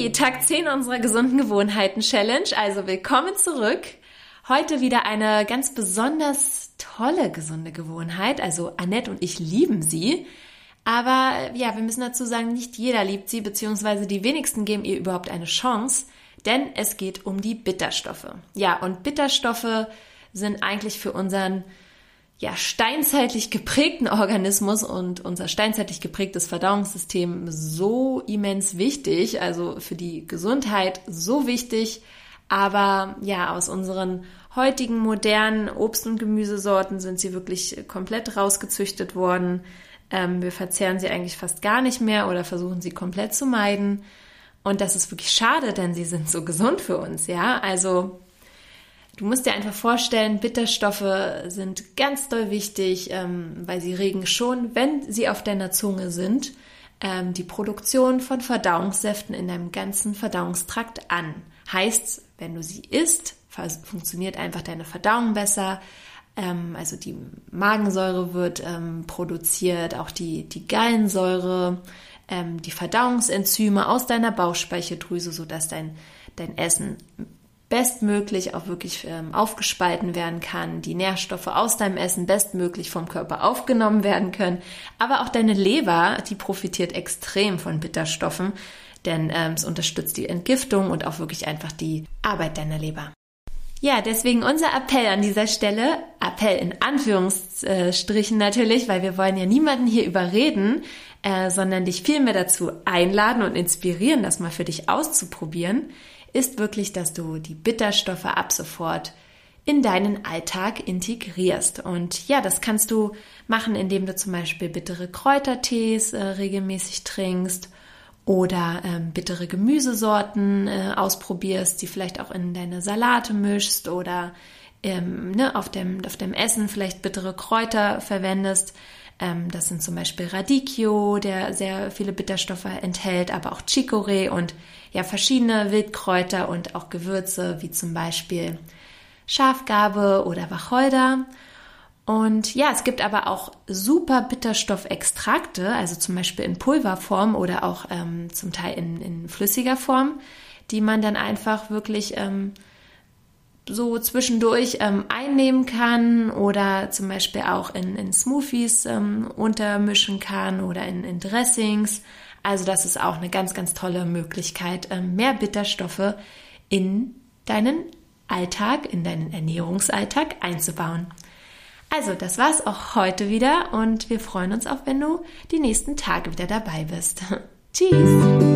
Yippie, Tag 10 unserer gesunden Gewohnheiten Challenge. Also willkommen zurück. Heute wieder eine ganz besonders tolle gesunde Gewohnheit. Also Annette und ich lieben sie. Aber ja, wir müssen dazu sagen, nicht jeder liebt sie, beziehungsweise die wenigsten geben ihr überhaupt eine Chance. Denn es geht um die Bitterstoffe. Ja, und Bitterstoffe sind eigentlich für unseren steinzeitlich geprägten Organismus und unser steinzeitlich geprägtes Verdauungssystem so immens wichtig, also für die Gesundheit so wichtig, aber ja, aus unseren heutigen modernen Obst- und Gemüsesorten sind sie wirklich komplett rausgezüchtet worden. Wir verzehren sie eigentlich fast gar nicht mehr oder versuchen sie komplett zu meiden und das ist wirklich schade, denn sie sind so gesund für uns, ja, also du musst dir einfach vorstellen, Bitterstoffe sind ganz doll wichtig, weil sie regen schon, wenn sie auf deiner Zunge sind, die Produktion von Verdauungssäften in deinem ganzen Verdauungstrakt an. Heißt, wenn du sie isst, funktioniert einfach deine Verdauung besser, also die Magensäure wird produziert, auch die Gallensäure, die Verdauungsenzyme aus deiner Bauchspeicheldrüse, sodass dein Essen bestmöglich auch wirklich aufgespalten werden kann, die Nährstoffe aus deinem Essen bestmöglich vom Körper aufgenommen werden können. Aber auch deine Leber, die profitiert extrem von Bitterstoffen, denn es unterstützt die Entgiftung und auch wirklich einfach die Arbeit deiner Leber. Ja, deswegen unser Appell an dieser Stelle, Appell in Anführungsstrichen natürlich, weil wir wollen ja niemanden hier überreden, sondern dich vielmehr dazu einladen und inspirieren, das mal für dich auszuprobieren, ist wirklich, dass du die Bitterstoffe ab sofort in deinen Alltag integrierst. Und ja, das kannst du machen, indem du zum Beispiel bittere Kräutertees regelmäßig trinkst oder bittere Gemüsesorten ausprobierst, die vielleicht auch in deine Salate mischst oder auf dem Essen vielleicht bittere Kräuter verwendest. Das sind zum Beispiel Radicchio, der sehr viele Bitterstoffe enthält, aber auch Chicorée und ja verschiedene Wildkräuter und auch Gewürze, wie zum Beispiel Schafgarbe oder Wacholder. Und ja, es gibt aber auch super Bitterstoffextrakte, also zum Beispiel in Pulverform oder auch zum Teil in flüssiger Form, die man dann einfach wirklich so zwischendurch einnehmen kann oder zum Beispiel auch in Smoothies untermischen kann oder in Dressings. Also das ist auch eine ganz, ganz tolle Möglichkeit, mehr Bitterstoffe in deinen Alltag, in deinen Ernährungsalltag einzubauen. Also das war's auch heute wieder und wir freuen uns auch, wenn du die nächsten Tage wieder dabei bist. Tschüss!